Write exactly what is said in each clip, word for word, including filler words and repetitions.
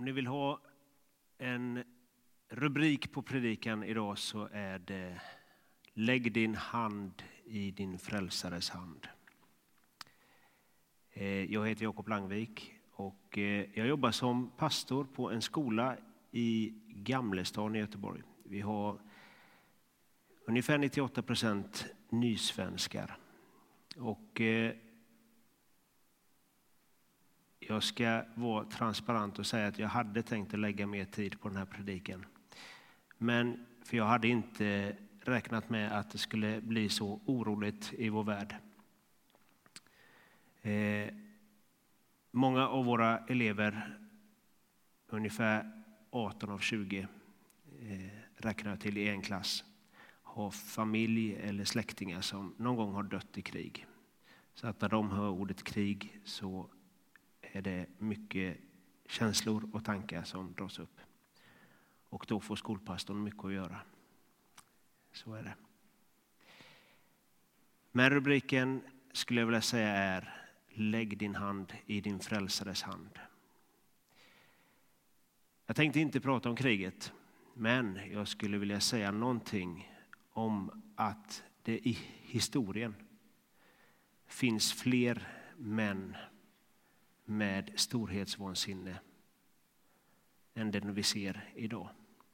Om ni vill ha en rubrik på predikan idag så är det: Lägg din hand i din frälsares hand. Jag heter Jakob Langvik och jag jobbar som pastor på en skola i Gamlestan i Göteborg. Vi har ungefär nittioåtta procent nysvenskar. Och jag ska vara transparent och säga att jag hade tänkt att lägga mer tid på den här predikan. Men för jag hade inte räknat med att det skulle bli så oroligt i vår värld. Eh, många av våra elever, ungefär arton av tjugo, eh, räknar till i en klass, har familj eller släktingar som någon gång har dött i krig. Så att när de hör ordet krig så är det mycket känslor och tankar som dras upp. Och då får skolpastorn mycket att göra. Så är det. Men rubriken skulle jag vilja säga är: Lägg din hand i din frälsares hand. Jag tänkte inte prata om kriget, men jag skulle vilja säga någonting om att det i historien finns fler män med storhetsvansinne än den vi ser idag.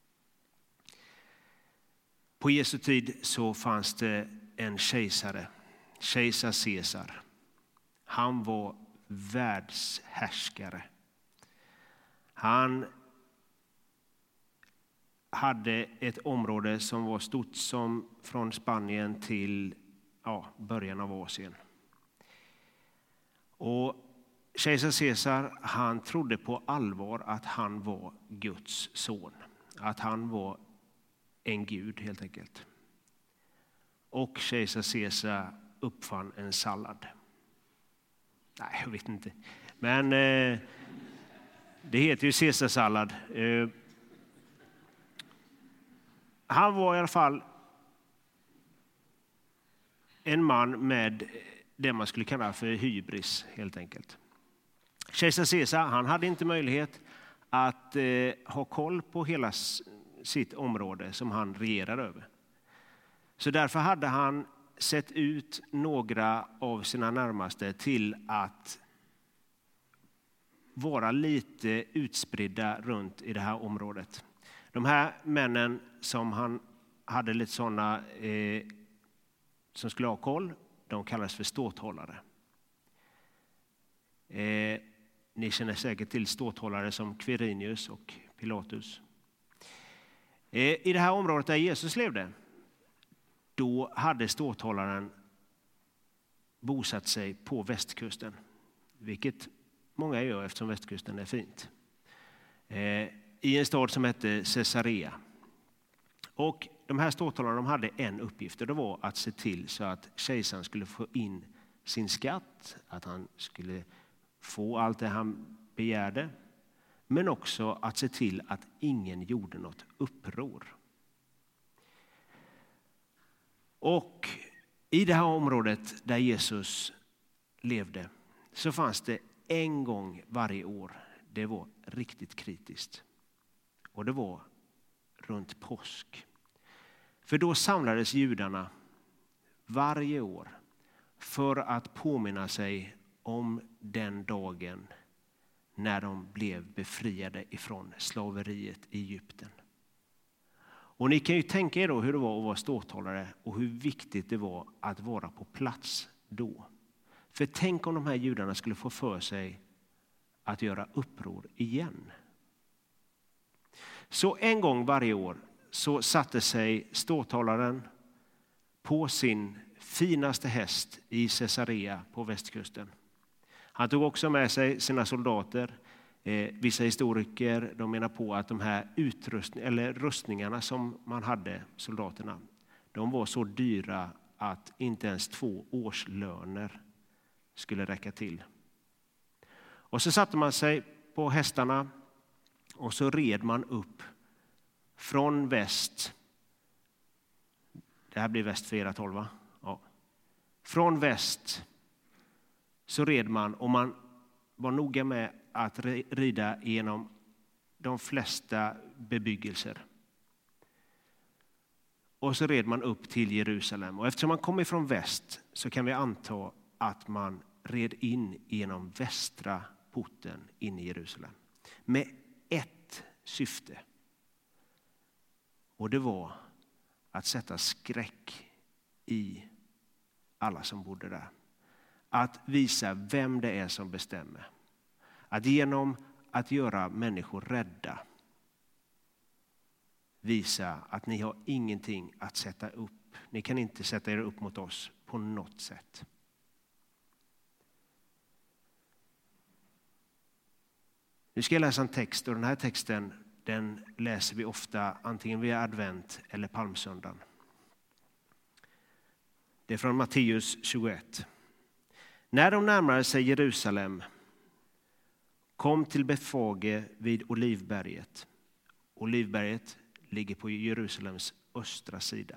På Jesu tid så fanns det en kejsare, kejsar Caesar. Han var världshärskare. Han hade ett område som var stort som från Spanien till ja, början av Asien. Och kejsar Caesar, han trodde på allvar att han var Guds son. Att han var en gud helt enkelt. Och kejsar Caesar uppfann en sallad. Nej, jag vet inte. Men eh, det heter ju Caesarsallad. Eh, han var i alla fall en man med det man skulle kalla för hybris helt enkelt. Kejsar Caesar, han hade inte möjlighet att eh, ha koll på hela s- sitt område som han regerade över. Så därför hade han sett ut några av sina närmaste till att vara lite utspridda runt i det här området. De här männen som han hade lite sådana eh, som skulle ha koll, de kallas för ståthållare. Eh, ni känner säkert till ståthållare som Quirinius och Pilatus. Eh, I det här området där Jesus levde, då hade ståthållaren bosatt sig på västkusten. Vilket många gör eftersom västkusten är fint. Eh, I en stad som hette Caesarea. Och de här ståthållarna, de hade en uppgift, och det var att se till så att kejsaren skulle få in sin skatt, att han skulle få allt det han begärde, men också att se till att ingen gjorde något uppror. Och i det här området där Jesus levde så fanns det en gång varje år, det var riktigt kritiskt. Och det var runt påsk. För då samlades judarna varje år för att påminna sig om den dagen när de blev befriade ifrån slaveriet i Egypten. Och ni kan ju tänka er då hur det var att vara ståthållare och hur viktigt det var att vara på plats då. För tänk om de här judarna skulle få för sig att göra uppror igen. Så en gång varje år så satte sig ståthållaren på sin finaste häst i Caesarea på västkusten. Han tog också med sig sina soldater. Eh, vissa historiker de menar på att de här utrustning, eller rustningarna som man hade, soldaterna, de var så dyra att inte ens två årslöner skulle räcka till. Och så satte man sig på hästarna och så red man upp från väst. Det här blir väst för era tolv, va? Ja. Från väst så red man, och man var noga med att rida genom de flesta bebyggelser. Och så red man upp till Jerusalem. Och eftersom man kommer från väst så kan vi anta att man red in genom västra porten in i Jerusalem. Med ett syfte. Och det var att sätta skräck i alla som bodde där. Att visa vem det är som bestämmer. Att genom att göra människor rädda visa att ni har ingenting att sätta upp. Ni kan inte sätta er upp mot oss på något sätt. Nu ska jag läsa en text, och den här texten den läser vi ofta antingen via advent eller palmsöndagen. Det är från Matteus tjugoett. När de närmade sig Jerusalem kom till Betfage vid Olivberget. Olivberget ligger på Jerusalems östra sida.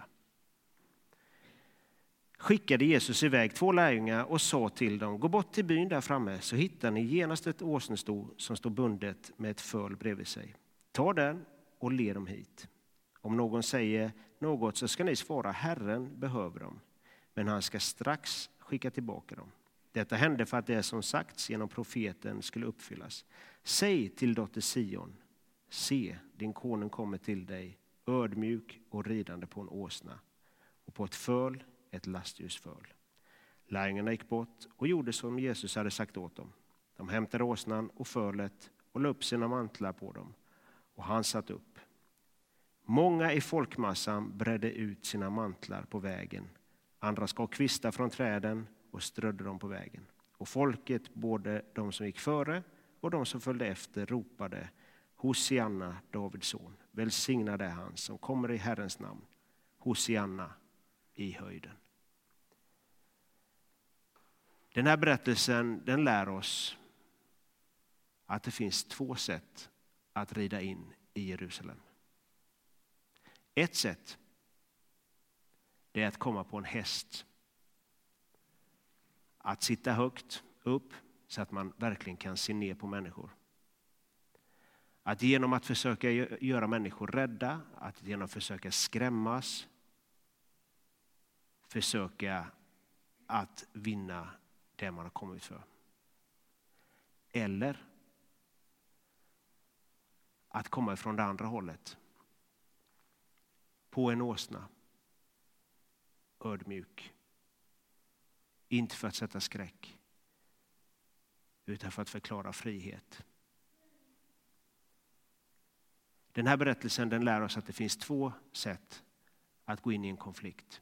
Skickade Jesus iväg två lärjungar och sa till dem: gå bort till byn där framme, så hittar ni genast ett åsnesto som står bundet med ett föl bredvid sig. Ta den och led dem hit. Om någon säger något så ska ni svara: Herren behöver dem, men han ska strax skicka tillbaka dem. Detta hände för att det som sagts genom profeten skulle uppfyllas. Säg till dotter Sion: se, din konung kommer till dig, ödmjuk och ridande på en åsna, och på ett föl, ett lastljusföl. Lärjungarna gick bort och gjorde som Jesus hade sagt åt dem. De hämtade åsnan och fölet och la upp sina mantlar på dem, och han satt upp. Många i folkmassan bredde ut sina mantlar på vägen. Andra skar kvistar från träden och strödde dem på vägen. Och folket, både de som gick före och de som följde efter, ropade: Hosianna, Davids son. Välsignad är han som kommer i Herrens namn. Hosianna i höjden. Den här berättelsen den lär oss att det finns två sätt att rida in i Jerusalem. Ett sätt, det är att komma på en häst. Att sitta högt upp så att man verkligen kan se ner på människor. Att genom att försöka göra människor rädda, att genom att försöka skrämmas, försöka att vinna det man har kommit för. Eller att komma ifrån det andra hållet. På en åsna. Ödmjuk. Inte för att sätta skräck, utan för att förklara frihet. Den här berättelsen den lär oss att det finns två sätt att gå in i en konflikt.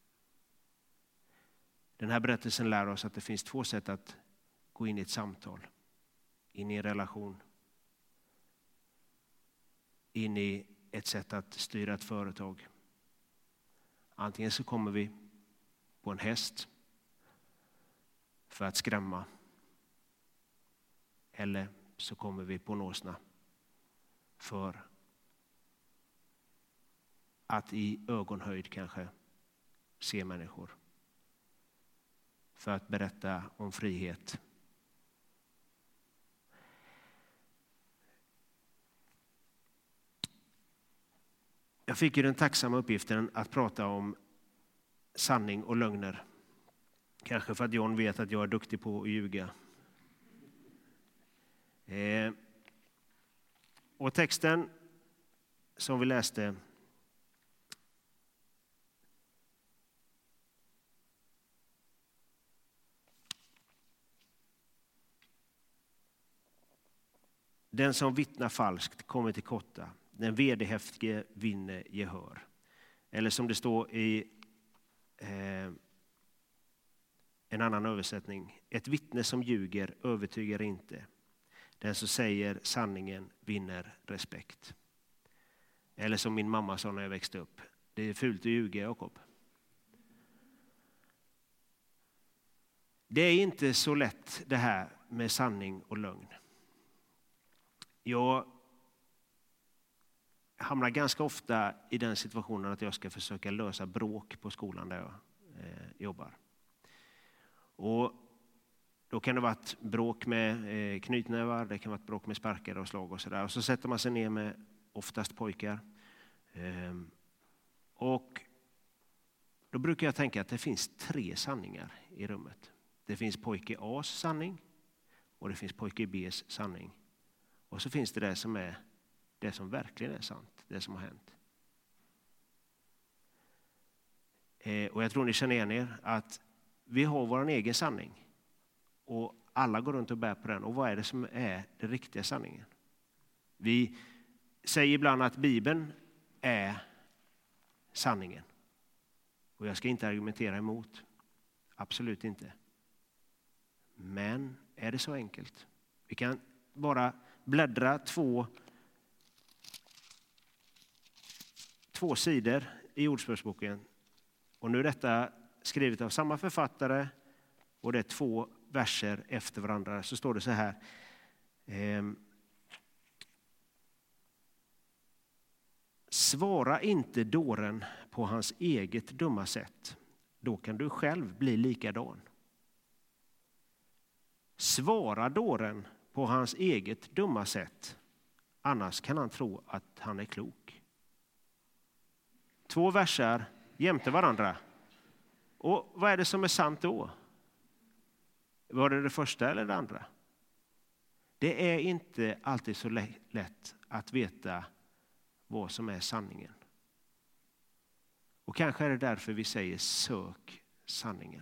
Den här berättelsen lär oss att det finns två sätt att gå in i ett samtal. In i en relation. In i ett sätt att styra ett företag. Antingen så kommer vi på en häst för att skrämma. Eller så kommer vi på en åsna för att i ögonhöjd kanske se människor. För att berätta om frihet. Jag fick ju den tacksamma uppgiften att prata om sanning och lögner. Kanske för att John vet att jag är duktig på att ljuga. Eh, och texten som vi läste den som vittnar falskt kommer till korta. Den vederhäftige vinner gehör. Eller som det står i eh, en annan översättning. Ett vittne som ljuger övertygar inte. Den som säger sanningen vinner respekt. Eller som min mamma sa när jag växte upp. Det är fult att ljuga, Jakob. Det är inte så lätt det här med sanning och lögn. Jag hamnar ganska ofta i den situationen att jag ska försöka lösa bråk på skolan där jag eh, jobbar. Och Då kan det vara ett bråk med knytnävar, det kan vara ett bråk med sparkar och slag och sådär. Och så sätter man sig ner med oftast pojkar. Och då brukar jag tänka att det finns tre sanningar i rummet. Det finns pojke A's sanning och det finns pojke B's sanning. Och så finns det det som är det som verkligen är sant, det som har hänt. Och jag tror ni känner igen er att vi har vår egen sanning. Och alla går runt och bär på den. Och vad är det som är den riktiga sanningen? Vi säger ibland att Bibeln är sanningen. Och jag ska inte argumentera emot. Absolut inte. Men är det så enkelt? Vi kan bara bläddra två, två sidor i Ordspråksboken. Och nu är detta skrivet av samma författare och det är två verser efter varandra. Så står det så här. Ehm, Svara inte dåren på hans eget dumma sätt. Då kan du själv bli likadan. Svara dåren på hans eget dumma sätt. Annars kan han tro att han är klok. Två versar jämte varandra. Och vad är det som är sant då? Var det det första eller det andra? Det är inte alltid så lätt att veta vad som är sanningen. Och kanske är det därför vi säger sök sanningen.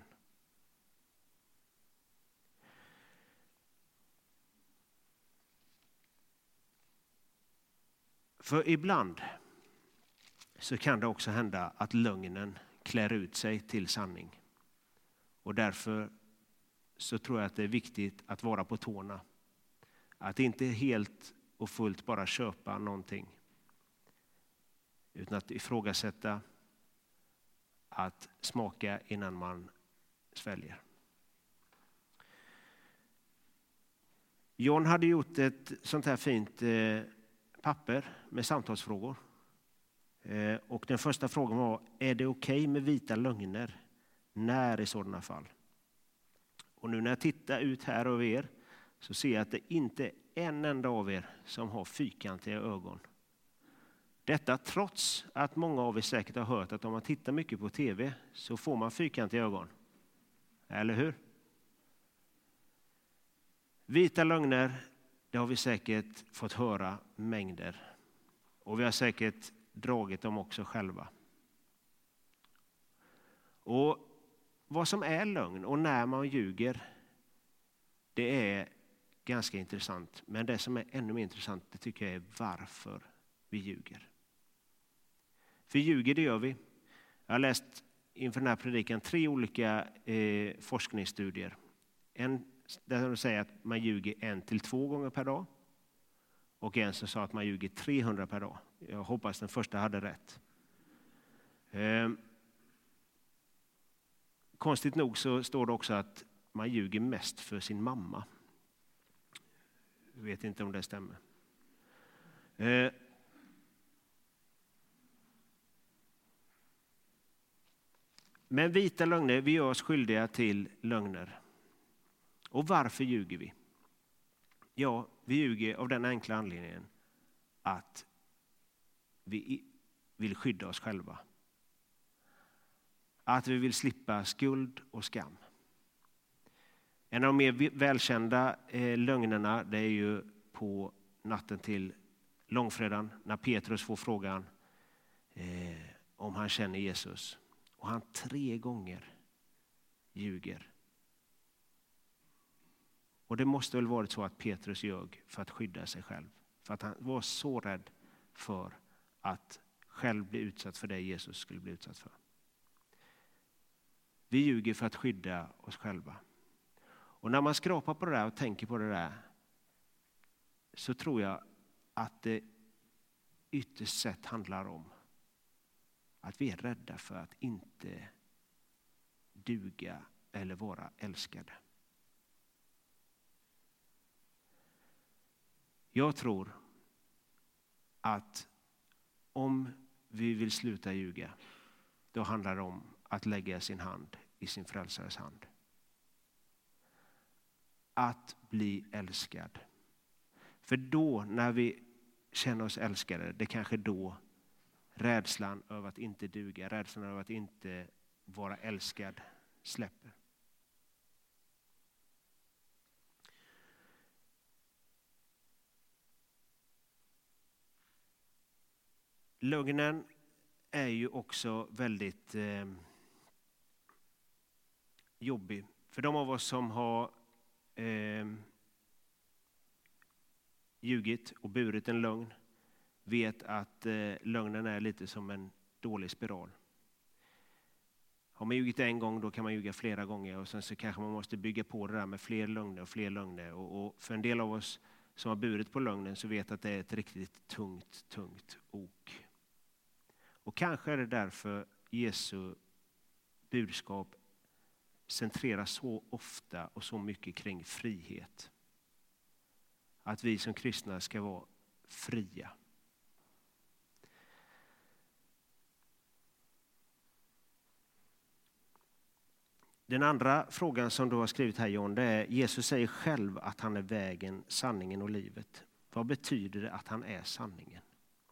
För ibland så kan det också hända att lögnen klär ut sig till sanning. Och därför så tror jag att det är viktigt att vara på tårna. Att inte helt och fullt bara köpa någonting. Utan att ifrågasätta, att smaka innan man sväljer. John hade gjort ett sånt här fint eh, papper med samtalsfrågor. Eh, och den första frågan var, är det okej okay med vita lögner? När i sådana fall? Och nu när jag tittar ut här över er så ser jag att det inte är en enda av er som har fyrkantiga ögon. Detta trots att många av er säkert har hört att om man tittar mycket på tv så får man fyrkantiga ögon. Eller hur? Vita lögner, det har vi säkert fått höra mängder. Och vi har säkert dragit dem också själva. Och vad som är lögn och när man ljuger, det är ganska intressant. Men det som är ännu mer intressant, det tycker jag är varför vi ljuger. För ljuger, det gör vi. Jag har läst inför den här predikan tre olika eh, forskningsstudier. En där de säger att man ljuger en till två gånger per dag. Och en som sa att man ljuger trehundra per dag. Jag hoppas den första hade rätt. Eh, konstigt nog så står det också att man ljuger mest för sin mamma. Jag vet inte om det stämmer. Eh, Men vita lögner, vi gör oss skyldiga till lögner. Och varför ljuger vi? Ja, vi ljuger av den enkla anledningen att vi vill skydda oss själva. Att vi vill slippa skuld och skam. En av de mer välkända eh, lögnerna, det är ju på natten till långfredagen när Petrus får frågan eh, om han känner Jesus. Och han tre gånger ljuger. Och det måste väl varit så att Petrus ljög för att skydda sig själv. För att han var så rädd för att själv bli utsatt för det Jesus skulle bli utsatt för. Vi ljuger för att skydda oss själva. Och när man skrapar på det där och tänker på det där så tror jag att det ytterst sett handlar om att vi är rädda för att inte duga eller vara älskade. Jag tror att om vi vill sluta ljuga, då handlar det om att lägga sin hand i sin frälsares hand. att bli älskad. För då när vi känner oss älskade, det är kanske då rädslan över att inte duga, rädslan över att inte vara älskad släpper. Lögnen är ju också väldigt eh, jobbig. För de av oss som har eh, ljugit och burit en lögn vet att eh, lögnen är lite som en dålig spiral. Har man ljugit en gång, då kan man ljuga flera gånger och sen så kanske man måste bygga på det där med fler lögner och fler lögner. Och, och för en del av oss som har burit på lögnen så vet att det är ett riktigt tungt, tungt ok. Och kanske är det därför Jesu budskap centreras så ofta och så mycket kring frihet. Att vi som kristna ska vara fria. Den andra frågan som du har skrivit här, John, det är: Jesus säger själv att han är vägen, sanningen och livet. Vad betyder det att han är sanningen?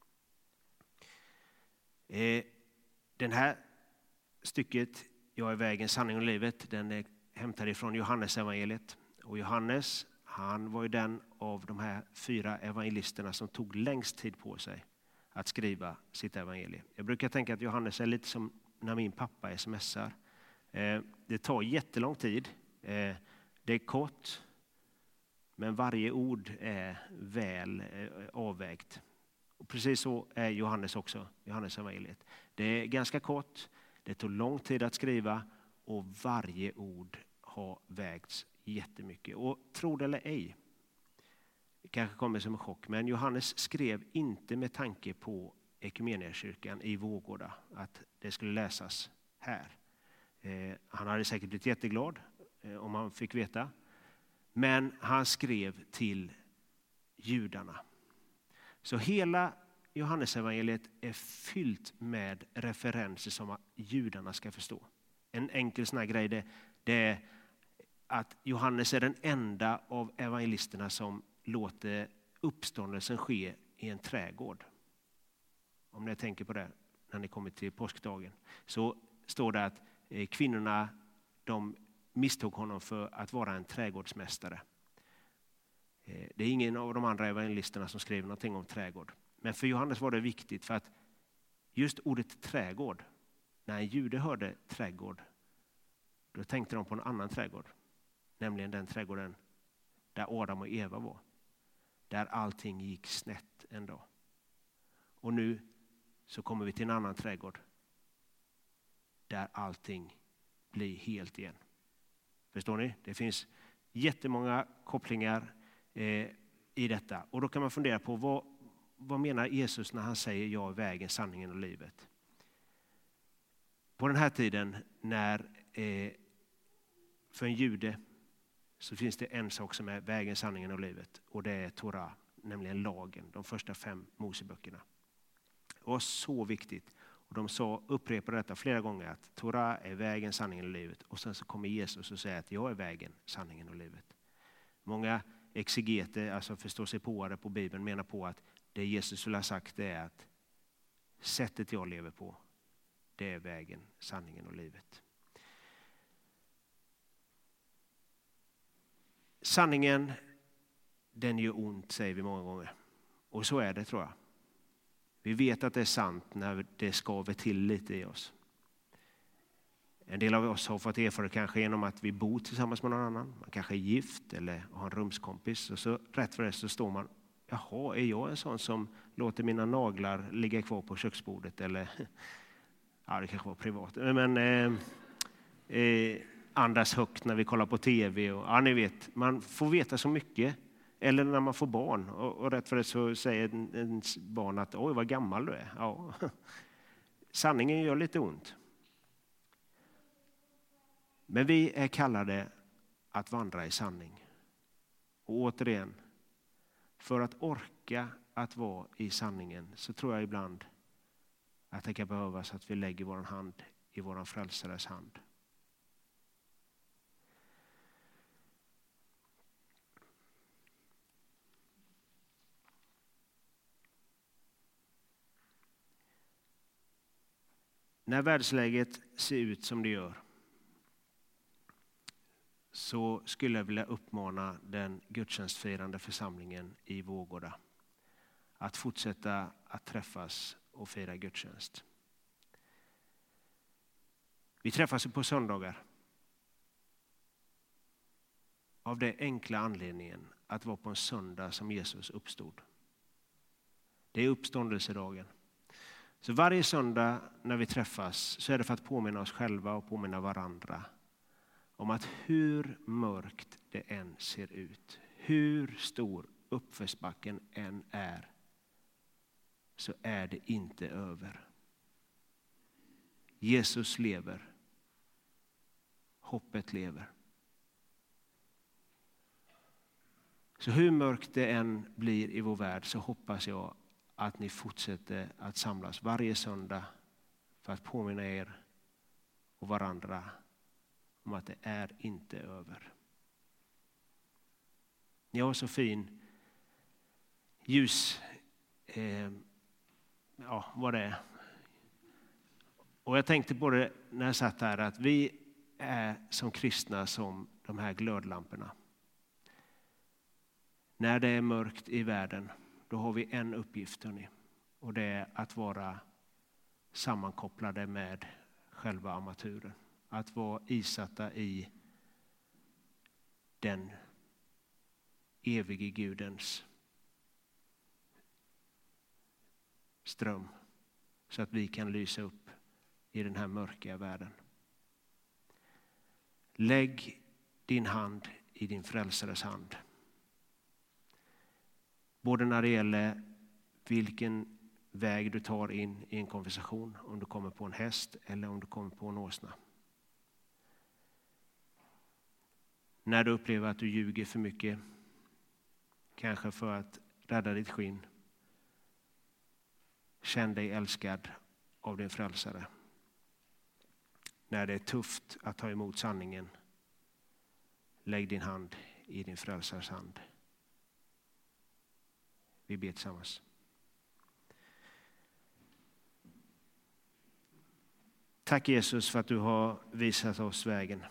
Eh, den här stycket, jag är vägen, sanningen och livet, den är hämtad ifrån Johannes evangeliet. Och Johannes, han var ju den av de här fyra evangelisterna som tog längst tid på sig att skriva sitt evangelie. Jag brukar tänka att Johannes är lite som när min pappa smsar. Eh, det tar jättelång tid. Eh, det är kort. Men varje ord är väl eh, avvägt. Och precis så är Johannes också, Johannes evangeliet. Det är ganska kort. Det tog lång tid att skriva. Och varje ord har vägts jättemycket. Och tro det eller ej, det kanske kommer som en chock, men Johannes skrev inte med tanke på Ekumeniakyrkan i Vårgårda, att det skulle läsas här. Eh, han hade säkert blivit jätteglad eh, om han fick veta. Men han skrev till judarna. Så hela Johannesevangeliet är fyllt med referenser som judarna ska förstå. En enkel sån här grej det, det är att Johannes är den enda av evangelisterna som låter uppståndelsen ske i en trädgård. Om ni tänker på det när ni kommer till påskdagen, så står det att kvinnorna, de misstog honom för att vara en trädgårdsmästare. Det är ingen av de andra evangelisterna som skriver någonting om trädgård. Men för Johannes var det viktigt, för att just ordet trädgård, när en jude hörde trädgård, då tänkte de på en annan trädgård. Nämligen den trädgården där Adam och Eva var. Där allting gick snett en dag. Och nu så kommer vi till en annan trädgård. Där allting blir helt igen. Förstår ni? Det finns jättemånga kopplingar eh, i detta. Och då kan man fundera på vad, vad menar Jesus när han säger jag är vägen, sanningen och livet. På den här tiden när eh, för en jude så finns det en sak som är vägen, sanningen och livet. Och det är Torah, nämligen lagen, de första fem Moseböckerna. Det var så viktigt. Och de sa, upprepade detta flera gånger, att Torah är vägen, sanningen och livet. Och sen så kommer Jesus och säger att jag är vägen, sanningen och livet. Många exegeter, alltså förståsigpåare på Bibeln, menar på att det Jesus skulle ha sagt är att sättet jag lever på, det är vägen, sanningen och livet. Sanningen, den gör ont, säger vi många gånger. Och så är det, tror jag. Vi vet att det är sant när det skaver till lite i oss. En del av oss har fått erfara det kanske genom att vi bor tillsammans med någon annan. Man kanske är gift eller har en rumskompis. Och så rätt för det så står man, jaha, är jag en sån som låter mina naglar ligga kvar på köksbordet? Eller, ja, det kanske var privat. Men eh, eh, andas högt när vi kollar på tv. Och, ja, ni vet, man får veta så mycket. Eller när man får barn. Och, och rätt för det så säger en, en barn att oj, vad gammal du är. Ja. Sanningen gör lite ont. Men vi är kallade att vandra i sanning. Och återigen, för att orka att vara i sanningen så tror jag ibland att det kan behövas att vi lägger vår hand i vår frälsares hand. När världsläget ser ut som det gör så skulle jag vilja uppmana den gudstjänstfirande församlingen i Vårgårda att fortsätta att träffas och fira gudstjänst. Vi träffas på söndagar av den enkla anledningen att vara på en söndag som Jesus uppstod. Det är uppståndelsedagen. Så varje söndag när vi träffas så är det för att påminna oss själva och påminna varandra om att hur mörkt det än ser ut, hur stor uppförsbacken än är, så är det inte över. Jesus lever. Hoppet lever. Så hur mörkt det än blir i vår värld så hoppas jag att ni fortsätter att samlas varje söndag för att påminna er och varandra om att det är inte över. Ni har så fin ljus, eh, ja vad det är. Och jag tänkte på det när jag satt här att vi är som kristna som de här glödlamporna. När det är mörkt i världen, då har vi en uppgift, hörni, och det är att vara sammankopplade med själva armaturen. Att vara isatta i den evige Gudens ström så att vi kan lysa upp i den här mörka världen. Lägg din hand i din frälsares hand. Både när det gäller vilken väg du tar in i en konversation, om du kommer på en häst eller om du kommer på en åsna. När du upplever att du ljuger för mycket, kanske för att rädda ditt skinn, känn dig älskad av din frälsare. När det är tufft att ta emot sanningen, lägg din hand i din frälsares hand. Vi ber tillsammans. Tack Jesus för att du har visat oss vägen.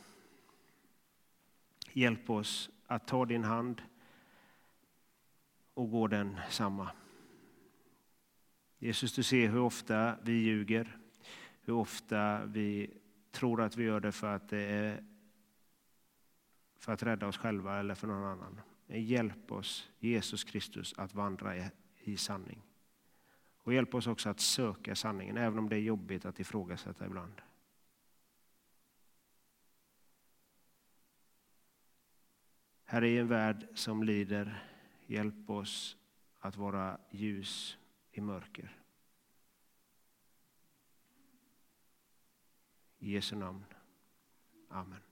Hjälp oss att ta din hand och gå den samma. Jesus, du ser hur ofta vi ljuger, hur ofta vi tror att vi gör det för att det är för att rädda oss själva eller för någon annan. Men hjälp oss, Jesus Kristus, att vandra i, i sanning. Och hjälp oss också att söka sanningen, även om det är jobbigt att ifrågasätta ibland. Här är en värld som lider. Hjälp oss att vara ljus i mörker. I Jesu namn. Amen.